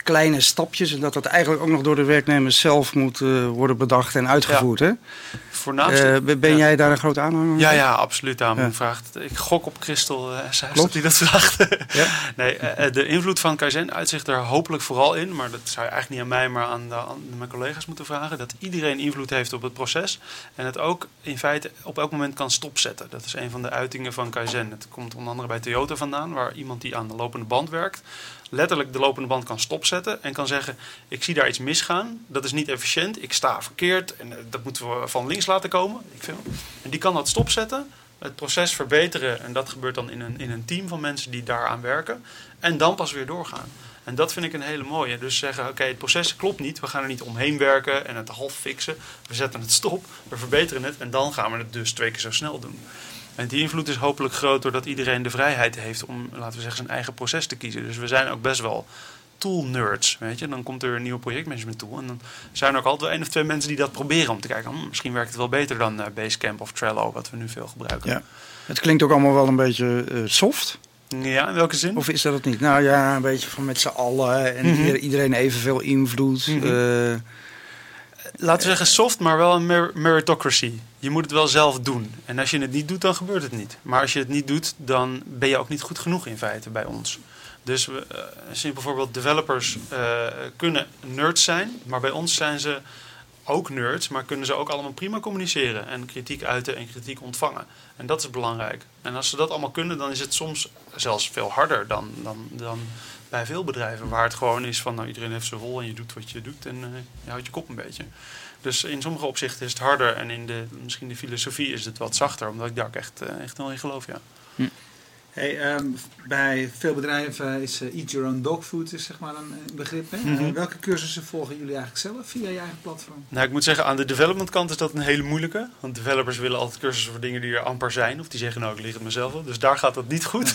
kleine stapjes en dat dat eigenlijk ook nog door de werknemers zelf moet uh, worden bedacht en uitgevoerd. Ja. Hè? Voornaamste, uh, ben ja. jij daar een groot aanhanger van? Ja, ja, absoluut. Daarom ja. vraagt. Ik gok op Christel uh, Sijs dat hij dat vraagt. Ja? Nee, uh, de invloed van Kaizen uitzicht daar hopelijk vooral in, maar dat zou je eigenlijk niet aan mij, maar aan, de, aan mijn collega's moeten vragen. Dat iedereen invloed heeft op het proces en het ook in feite op elk moment kan stopzetten. Dat is een van de uitingen van Kaizen. Het komt onder andere bij Toyota vandaan, waar iemand die aan de lopende band werkt letterlijk de lopende band kan stopzetten en kan zeggen, ik zie daar iets misgaan, dat is niet efficiënt, ik sta verkeerd en dat moeten we van links laten komen. Ik vind. En die kan dat stopzetten, het proces verbeteren en dat gebeurt dan in een, in een team van mensen die daaraan werken en dan pas weer doorgaan. En dat vind ik een hele mooie. Dus zeggen, oké, okay, het proces klopt niet, we gaan er niet omheen werken en het half fixen, we zetten het stop, we verbeteren het en dan gaan we het dus twee keer zo snel doen. En die invloed is hopelijk groot doordat iedereen de vrijheid heeft om, laten we zeggen, zijn eigen proces te kiezen. Dus we zijn ook best wel tool nerds, weet je. Dan komt er een nieuwe projectmanagement tool en dan zijn er ook altijd wel één of twee mensen die dat proberen om te kijken, hm, misschien werkt het wel beter dan uh, Basecamp of Trello, wat we nu veel gebruiken. Ja. Het klinkt ook allemaal wel een beetje uh, soft. Ja, in welke zin? Of is dat het niet? Nou ja, een beetje van met z'n allen en mm-hmm. iedereen evenveel invloed. Mm-hmm. Uh, Laten we zeggen soft, maar wel een mer- meritocracy. Je moet het wel zelf doen. En als je het niet doet, dan gebeurt het niet. Maar als je het niet doet, dan ben je ook niet goed genoeg in feite bij ons. Dus we, uh, simpel bijvoorbeeld developers uh, kunnen nerds zijn, maar bij ons zijn ze ook nerds, maar kunnen ze ook allemaal prima communiceren en kritiek uiten en kritiek ontvangen. En dat is belangrijk. En als ze dat allemaal kunnen, dan is het soms zelfs veel harder dan, dan, dan bij veel bedrijven, waar het gewoon is van, nou, iedereen heeft zijn rol en je doet wat je doet en uh, je houdt je kop een beetje. Dus in sommige opzichten is het harder en in de, misschien de filosofie is het wat zachter, omdat ik daar ook echt, uh, echt wel in geloof, ja. Hm. Hey, um, bij veel bedrijven is uh, eat your own dog food is zeg maar een, een begrip. Hè? Mm-hmm. Uh, welke cursussen volgen jullie eigenlijk zelf via je eigen platform? Nou, ik moet zeggen, aan de development kant is dat een hele moeilijke. Want developers willen altijd cursussen voor dingen die er amper zijn. Of die zeggen, nou, ik lig het mezelf op. Dus daar gaat dat niet goed.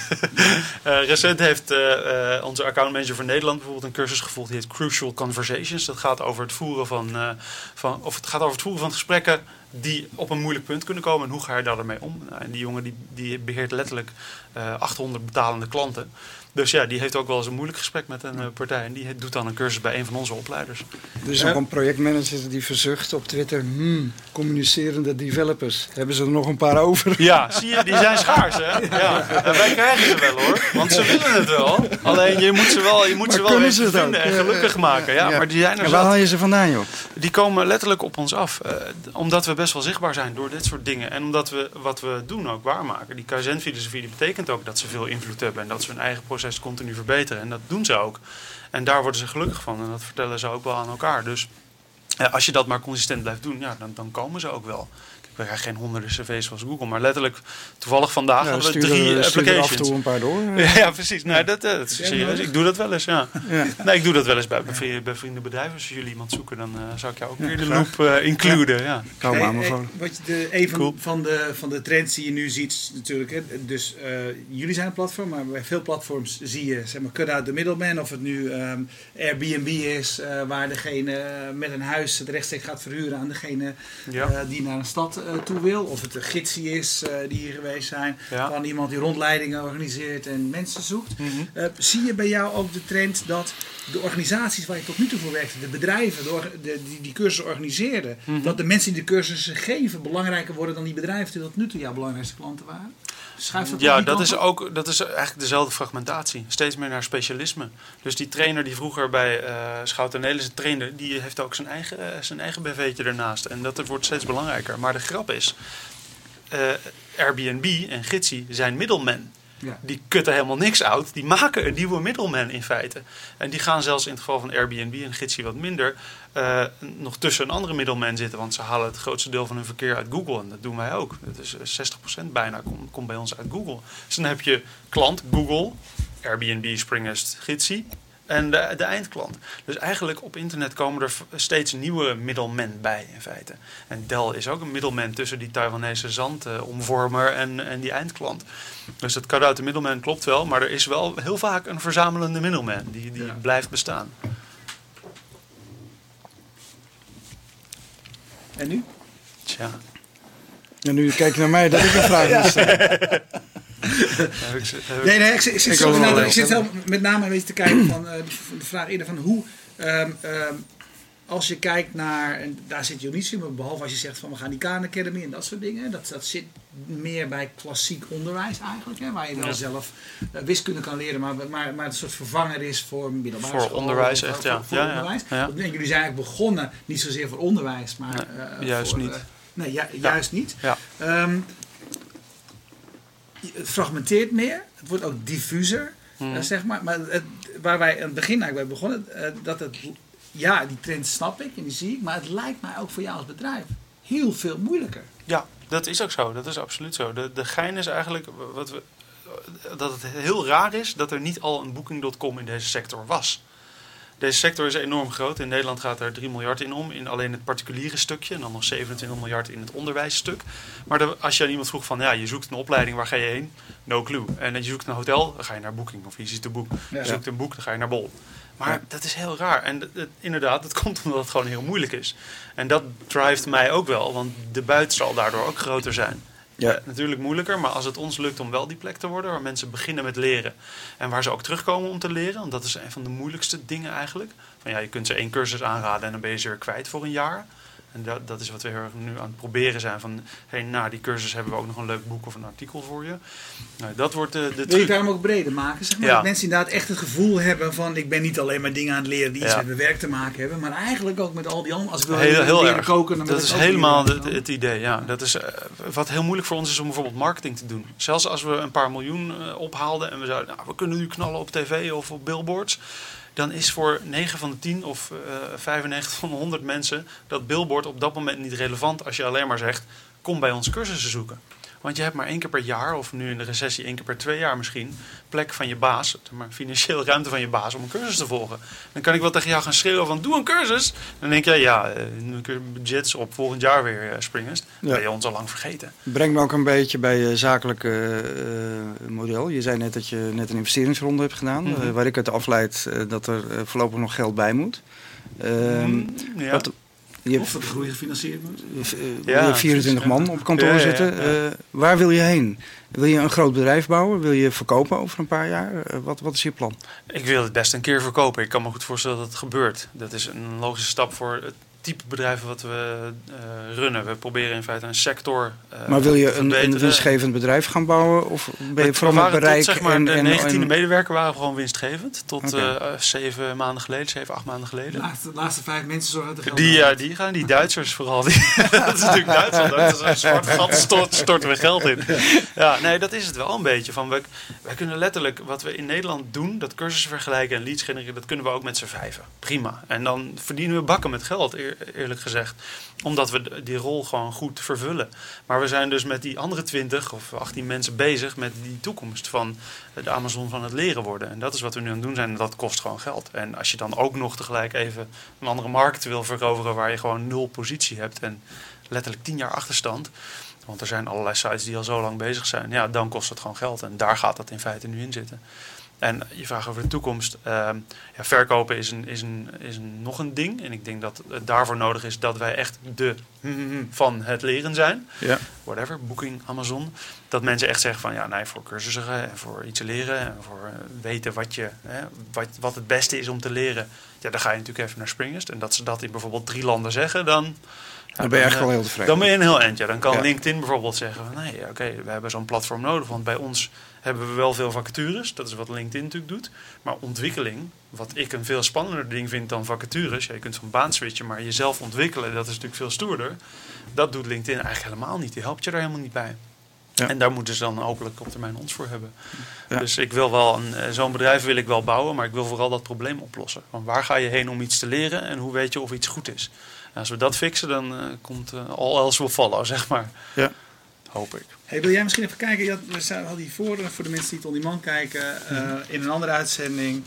uh, recent heeft uh, uh, onze accountmanager voor Nederland bijvoorbeeld een cursus gevolgd. Die heet Crucial Conversations. Dat gaat over het voeren van, uh, van, of het gaat over het voeren van gesprekken die op een moeilijk punt kunnen komen. En hoe ga je daar ermee om? Nou, en die jongen die, die beheert letterlijk uh, achthonderd betalende klanten. Dus ja, die heeft ook wel eens een moeilijk gesprek met een uh, partij. En die doet dan een cursus bij een van onze opleiders. Dus ook uh, een projectmanager die verzucht op Twitter, hmm, communicerende developers. Hebben ze er nog een paar over? Ja, zie je, die zijn schaars, hè? Ja. En wij krijgen ze wel, hoor. Want ze willen het wel. Alleen je moet ze wel, je moet ze wel even vinden ook? en gelukkig maken. Ja, ja. Maar die zijn er en waar haal je ze vandaan, joh? Die komen letterlijk op ons af. Uh, omdat we best wel zichtbaar zijn door dit soort dingen. En omdat we wat we doen ook waarmaken. Die Kaizen-filosofie die betekent ook dat ze veel invloed hebben. En dat ze hun eigen proces continu verbeteren. En dat doen ze ook. En daar worden ze gelukkig van. En dat vertellen ze ook wel aan elkaar. Dus ja, als je dat maar consistent blijft doen, ja, dan, dan komen ze ook wel. We krijgen geen honderden cv's zoals Google, maar letterlijk toevallig vandaag ja, hadden we drie uh, applications. Af en toe een paar door. Ja, ja precies. Nee, dat, dat is serieus. Ik doe dat wel eens, ja. ja. Nee, ik doe dat wel eens bij, bij, bij vriendenbedrijven. Als jullie iemand zoeken, dan uh, zou ik jou ook weer ja, de loop uh, includen. Ja. Ja. Kom maar, hey, hey, wat je de, een van, cool. van, de, van de trends die je nu ziet, natuurlijk. Hè, dus uh, jullie zijn een platform, maar bij veel platforms zie je, zeg maar, cut out the middleman. Of het nu um, Airbnb is, uh, waar degene met een huis het rechtstreeks gaat verhuren aan degene ja. uh, die naar een stad Uh, toe wil, of het een gidsie is uh, die hier geweest zijn, ja. van iemand die rondleidingen organiseert en mensen zoekt. Mm-hmm. Uh, zie je bij jou ook de trend dat de organisaties waar je tot nu toe voor werkte, de bedrijven de, de, die die cursussen organiseerden, mm-hmm. dat de mensen die de cursussen geven belangrijker worden dan die bedrijven die tot nu toe jouw belangrijkste klanten waren? Schuift dat ja, dat is, ook, dat is eigenlijk dezelfde fragmentatie. Steeds meer naar specialisme. Dus die trainer die vroeger bij uh, Schouten en Nelissen trainde, die heeft ook zijn eigen, uh, zijn eigen B V'tje ernaast. En dat wordt steeds belangrijker. Maar de grap is, uh, Airbnb en Gidsie zijn middelmen. Ja. Die kutten helemaal niks uit. Die maken een nieuwe middelman in feite. En die gaan zelfs in het geval van Airbnb en Gidsie wat minder Uh, nog tussen een andere middelman zitten. Want ze halen het grootste deel van hun verkeer uit Google. En dat doen wij ook. Dat is zestig procent bijna komt kom bij ons uit Google. Dus dan heb je klant Google, Airbnb, Springest, Gidsie en de, de eindklant. Dus eigenlijk op internet komen er steeds nieuwe middelmen bij in feite. En Dell is ook een middelman tussen die Taiwanese zandomvormer uh, en, en die eindklant. Dus dat cut out the middleman klopt wel. Maar er is wel heel vaak een verzamelende middelman die, die ja. blijft bestaan. En nu? Tja. En nu kijk je naar mij dat ik een vraag moet stellen. nee, nee, ik, ik, zit, ik, zo, nou, ik zit zelf met name een beetje te kijken van uh, de vraag eerder van hoe... Um, um, als je kijkt naar, en daar zit Dionys in, behalve als je zegt van we gaan die Khan Academy en dat soort dingen. Dat, dat zit meer bij klassiek onderwijs eigenlijk, hè, waar je wel ja. zelf uh, wiskunde kan leren, maar, maar, maar het een soort vervanger is voor middelbare voor school. Onderwijs, voor, echt, voor, ja. voor ja, onderwijs. Ja, ja. En jullie zijn eigenlijk begonnen, niet zozeer voor onderwijs, maar nee, uh, juist voor, niet. Uh, nee, ju- ja. juist niet. Ja. Um, het fragmenteert meer, het wordt ook diffuser, hmm. uh, zeg maar. Maar het, waar wij aan het begin eigenlijk bij begonnen, uh, dat het... Ja, die trend snap ik en die zie ik. Maar het lijkt mij ook voor jou als bedrijf heel veel moeilijker. Ja, dat is ook zo. Dat is absoluut zo. De, de gein is eigenlijk wat we, dat het heel raar is dat er niet al een booking punt com in deze sector was. Deze sector is enorm groot. In Nederland gaat er drie miljard in om. In alleen het particuliere stukje. En dan nog zevenentwintig miljard in het onderwijsstuk. Maar de, als je aan iemand vroeg van... Ja, je zoekt een opleiding, waar ga je heen? No clue. En je zoekt een hotel, dan ga je naar Booking. Of Easy to Book. Ja. Je zoekt een boek, dan ga je naar Bol. Maar ja. dat is heel raar. En d- d- inderdaad, dat komt omdat het gewoon heel moeilijk is. En dat drijft mij ook wel. Want de buit zal daardoor ook groter zijn. Ja. Uh, natuurlijk moeilijker, maar als het ons lukt om wel die plek te worden... waar mensen beginnen met leren en waar ze ook terugkomen om te leren... want dat is een van de moeilijkste dingen eigenlijk. Van, ja, je kunt ze één cursus aanraden en dan ben je ze weer kwijt voor een jaar... En dat, dat is wat we heel erg nu aan het proberen zijn. Van, hey, na die cursus hebben we ook nog een leuk boek of een artikel voor je. Nou, dat wordt de, de Wil je daarom ook breder maken? Zeg maar? Ja. Dat mensen inderdaad echt het gevoel hebben van... ik ben niet alleen maar dingen aan het leren die iets ja. met mijn werk te maken hebben... maar eigenlijk ook met al die andere... Als ik wil heel, heel leren erg. koken... Dan dat is helemaal de, de, het idee, ja. Dat is, uh, wat heel moeilijk voor ons is om bijvoorbeeld marketing te doen. Zelfs als we een paar miljoen uh, ophaalden... en we zouden, nou, we kunnen nu knallen op tv of op billboards... dan is voor negen van de tien of uh, vijfennegentig van de honderd mensen... dat billboard op dat moment niet relevant als je alleen maar zegt... kom bij ons cursussen zoeken. Want je hebt maar één keer per jaar, of nu in de recessie één keer per twee jaar misschien... plek van je baas, maar financiële ruimte van je baas om een cursus te volgen. Dan kan ik wel tegen jou gaan schreeuwen van doe een cursus. Dan denk jij, ja, een budget op volgend jaar weer uh, springers. Dan ja. ben je ons al lang vergeten. Brengt me ook een beetje bij je zakelijke uh, model. Je zei net dat je net een investeringsronde hebt gedaan. Mm-hmm. Uh, waar ik uit afleid uh, dat er uh, voorlopig nog geld bij moet. Uh, mm, ja. wat, Je of dat groei gefinancierd wordt. Uh, ja, je vierentwintig man op kantoor ja, ja, ja, zitten. Uh, waar wil je heen? Wil je een groot bedrijf bouwen? Wil je verkopen over een paar jaar? Uh, wat, wat is je plan? Ik wil het best een keer verkopen. Ik kan me goed voorstellen dat het gebeurt. Dat is een logische stap voor het type bedrijven wat we uh, runnen. We proberen in feite een sector uh, Maar wil je een, een winstgevend bedrijf gaan bouwen? Of ben je vooral met bereik? Tot, zeg maar, en, de en, negentiende en, medewerker waren gewoon winstgevend. Tot okay. uh, zeven maanden geleden, zeven, acht maanden geleden. De laatste, de laatste vijf mensen zorgen dat er die, ja, die gaan, die Duitsers vooral. Die, dat is natuurlijk Duitsland. Dat is een zwart gat, stort, storten we geld in. Ja, nee, dat is het wel een beetje. Van, wij, wij kunnen letterlijk, wat we in Nederland doen, dat cursussen vergelijken en leads genereren, dat kunnen we ook met z'n vijven. Prima. En dan verdienen we bakken met geld, eer, eerlijk gezegd. Omdat we die rol gewoon goed vervullen. Maar we zijn dus met die andere twintig of achttien mensen bezig met die toekomst van de Amazon van het leren worden. En dat is wat we nu aan het doen zijn en dat kost gewoon geld. En als je dan ook nog tegelijk even een andere markt wil veroveren waar je gewoon nul positie hebt en letterlijk tien jaar achterstand. Want er zijn allerlei sites die al zo lang bezig zijn. Ja, dan kost het gewoon geld. En daar gaat dat in feite nu in zitten. En je vraagt over de toekomst. Uh, ja, verkopen is, een, is, een, is een, nog een ding. En ik denk dat het daarvoor nodig is dat wij echt de van het leren zijn. Ja. Whatever, Booking, Amazon. Dat mensen echt zeggen van ja, nee, voor cursussen en voor iets leren. En voor uh, weten wat, je, hè, wat, wat het beste is om te leren. Ja, dan ga je natuurlijk even naar Springers. En dat ze dat in bijvoorbeeld drie landen zeggen, dan... Ja, dan ben je echt wel heel tevreden. Dan ben je een heel eind. Ja. Dan kan ja. LinkedIn bijvoorbeeld zeggen van nee, oké, okay, we hebben zo'n platform nodig. Want bij ons hebben we wel veel vacatures. Dat is wat LinkedIn natuurlijk doet. Maar ontwikkeling, wat ik een veel spannender ding vind dan vacatures. Ja, je kunt van baan switchen, maar jezelf ontwikkelen, dat is natuurlijk veel stoerder. Dat doet LinkedIn eigenlijk helemaal niet. Die helpt je daar helemaal niet bij. Ja. En daar moeten ze dan hopelijk op termijn ons voor hebben. Ja. Dus ik wil wel een, zo'n bedrijf wil ik wel bouwen, maar ik wil vooral dat probleem oplossen. Want waar ga je heen om iets te leren en hoe weet je of iets goed is? En als we dat fixen, dan uh, komt uh, all else will follow, zeg maar. Ja. Hoop ik. Hey, wil jij misschien even kijken? We hadden hiervoor, voor de mensen die het on demand kijken, uh, in een andere uitzending.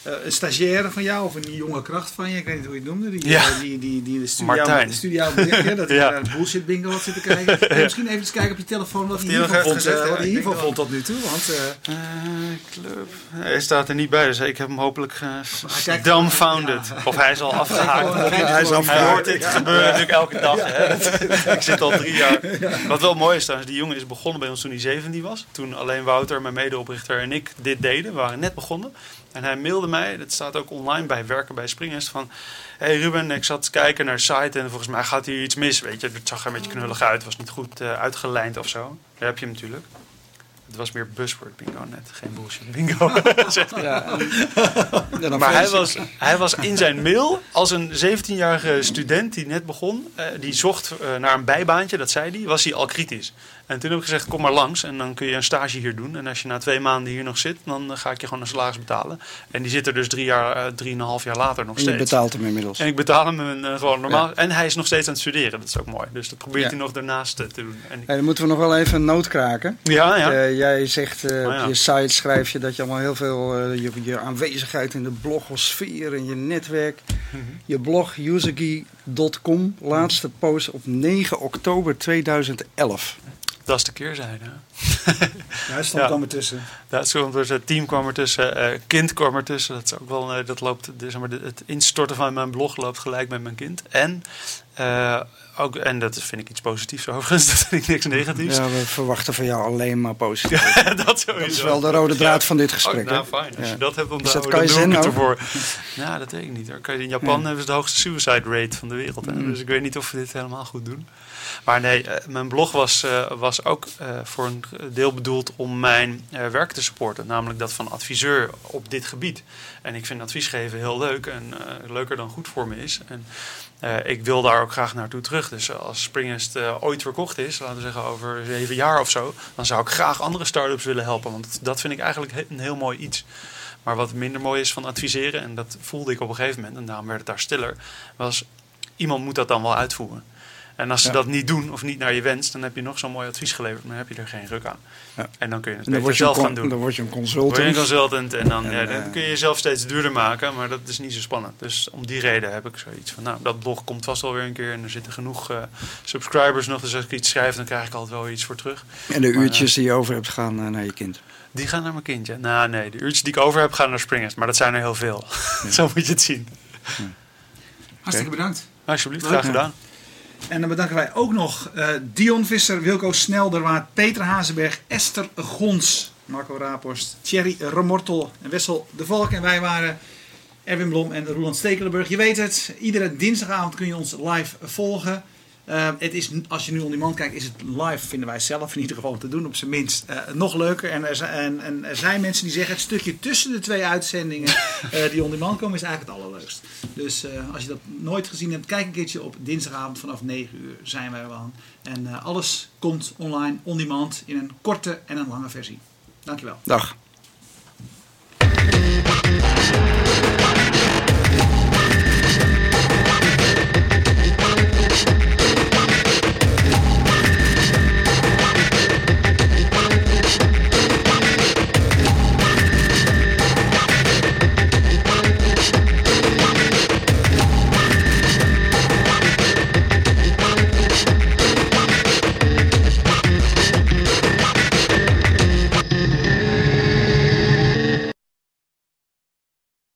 uh, een stagiaire van jou of een jonge kracht van je, ik weet niet hoe je het noemde, die, ja. uh, die, die, die de studio, studio berichtje, dat hij ja. naar het bullshit bingo had zitten kijken. Ja. Misschien even eens kijken op je telefoon wat hij hiervan vond, gezegd, uh, wat hij hiervan vond tot nu toe. Want, uh, uh, club. Hij staat er niet bij, dus ik heb hem hopelijk uh, dumbfounded. Ja. Of hij is al afgehaakt. Hij, hij is afgehaakt. Dit gebeurt natuurlijk elke dag. Ja. Hè. Ik zit al drie jaar. Wat wel mooi is trouwens, die jongen is begonnen bij ons toen hij zeventien was. Toen alleen Wouter, mijn medeoprichter en ik dit deden. We waren net begonnen. En hij mailde mij, dat staat ook online bij Werken bij Springest, van... Hey Ruben, ik zat te kijken naar de site en volgens mij gaat hier iets mis. Weet je, het zag er een beetje knullig uit. Het was niet goed uh, uitgelijnd of zo. Daar heb je hem natuurlijk. Het was meer buzzword bingo net, geen bullshit bingo. ja, ja, maar hij was, hij was in zijn mail als een zeventienjarige student die net begon. Uh, die zocht uh, naar een bijbaantje, dat zei hij, was hij al kritisch. En toen heb ik gezegd, kom maar langs en dan kun je een stage hier doen. En als je na twee maanden hier nog zit, dan uh, ga ik je gewoon een salaris betalen. En die zit er dus drie jaar, uh, drieënhalf jaar later nog en steeds. En je betaalt hem inmiddels. En ik betaal hem uh, gewoon normaal. Ja. En hij is nog steeds aan het studeren, dat is ook mooi. Dus dat probeert ja. hij nog daarnaast uh, te doen. En ik... ja, dan moeten we nog wel even een noot kraken. Ja, ja. Uh, jij zegt, uh, oh, ja. op je site schrijf je dat je allemaal heel veel, uh, je, je aanwezigheid in de blogosfeer en je netwerk. Mm-hmm. Je blog userkey punt com, laatste post op negen oktober tweeduizend elf. Dat is de keerzijde. Daar stond ja. kwam er tussen. Dat stond er, het team kwam er tussen, uh, kind kwam er tussen. Dat is ook wel, uh, dat loopt, zeg maar, het instorten van mijn blog loopt gelijk met mijn kind. En, uh, ook, en dat vind ik iets positiefs overigens, dat vind ik niks negatiefs. Ja, we verwachten van jou alleen maar positief. Ja, dat, dat is wel de rode draad ja. van dit gesprek. Oh, nou, fijn. Als ja. je dat hebt onthouden, dat dan doe ik het ervoor. Nou, dat weet ik niet. Hoor. In Japan ja. hebben ze de hoogste suicide rate van de wereld. Hè? Mm. Dus ik weet niet of we dit helemaal goed doen. Maar nee, uh, mijn blog was, uh, was ook uh, voor een deel bedoeld om mijn uh, werk te supporten. Namelijk dat van adviseur op dit gebied. En ik vind advies geven heel leuk en uh, leuker dan goed voor me is. En uh, ik wil daar ook graag naartoe terug. Dus uh, als Springest uh, ooit verkocht is, laten we zeggen over zeven jaar of zo, dan zou ik graag andere start-ups willen helpen. Want dat, dat vind ik eigenlijk he- een heel mooi iets. Maar wat minder mooi is van adviseren, en dat voelde ik op een gegeven moment, en daarom werd het daar stiller, was iemand moet dat dan wel uitvoeren. En als ze ja. dat niet doen of niet naar je wens, dan heb je nog zo'n mooi advies geleverd, maar dan heb je er geen ruk aan. Ja. En dan kun je het beter zelf con- gaan doen. Dan word je een consultant. Dan word je een consultant en dan, en, ja, dan uh, kun je jezelf steeds duurder maken, maar dat is niet zo spannend. Dus om die reden heb ik zoiets van, nou, dat blog komt vast wel weer een keer en er zitten genoeg uh, subscribers nog. Dus als ik iets schrijf, dan krijg ik altijd wel iets voor terug. En de maar, uurtjes uh, die je over hebt gaan uh, naar je kind? Die gaan naar mijn kindje. Nou nee, de uurtjes die ik over heb gaan naar Springest, maar dat zijn er heel veel. Ja. Zo moet je het zien. Ja. Hartstikke bedankt. Alsjeblieft, graag gedaan. En dan bedanken wij ook nog uh, Dion Visser, Wilco Snelderwaard, Peter Hazenberg, Esther Gons, Marco Raaphorst, Thierry Remortel en Wessel de Valk. En wij waren Erwin Blom en Roland Stekelenburg. Je weet het, iedere dinsdagavond kun je ons live volgen. Uh, het is, als je nu on demand kijkt, is het live, vinden wij zelf in ieder geval te doen, op zijn minst uh, nog leuker. En er, zijn, en, en er zijn mensen die zeggen, het stukje tussen de twee uitzendingen uh, die on demand komen, is eigenlijk het allerleukst. Dus uh, als je dat nooit gezien hebt, kijk een keertje op dinsdagavond vanaf negen uur zijn wij er aan. En uh, alles komt online, on demand, in een korte en een lange versie. Dankjewel. Dag.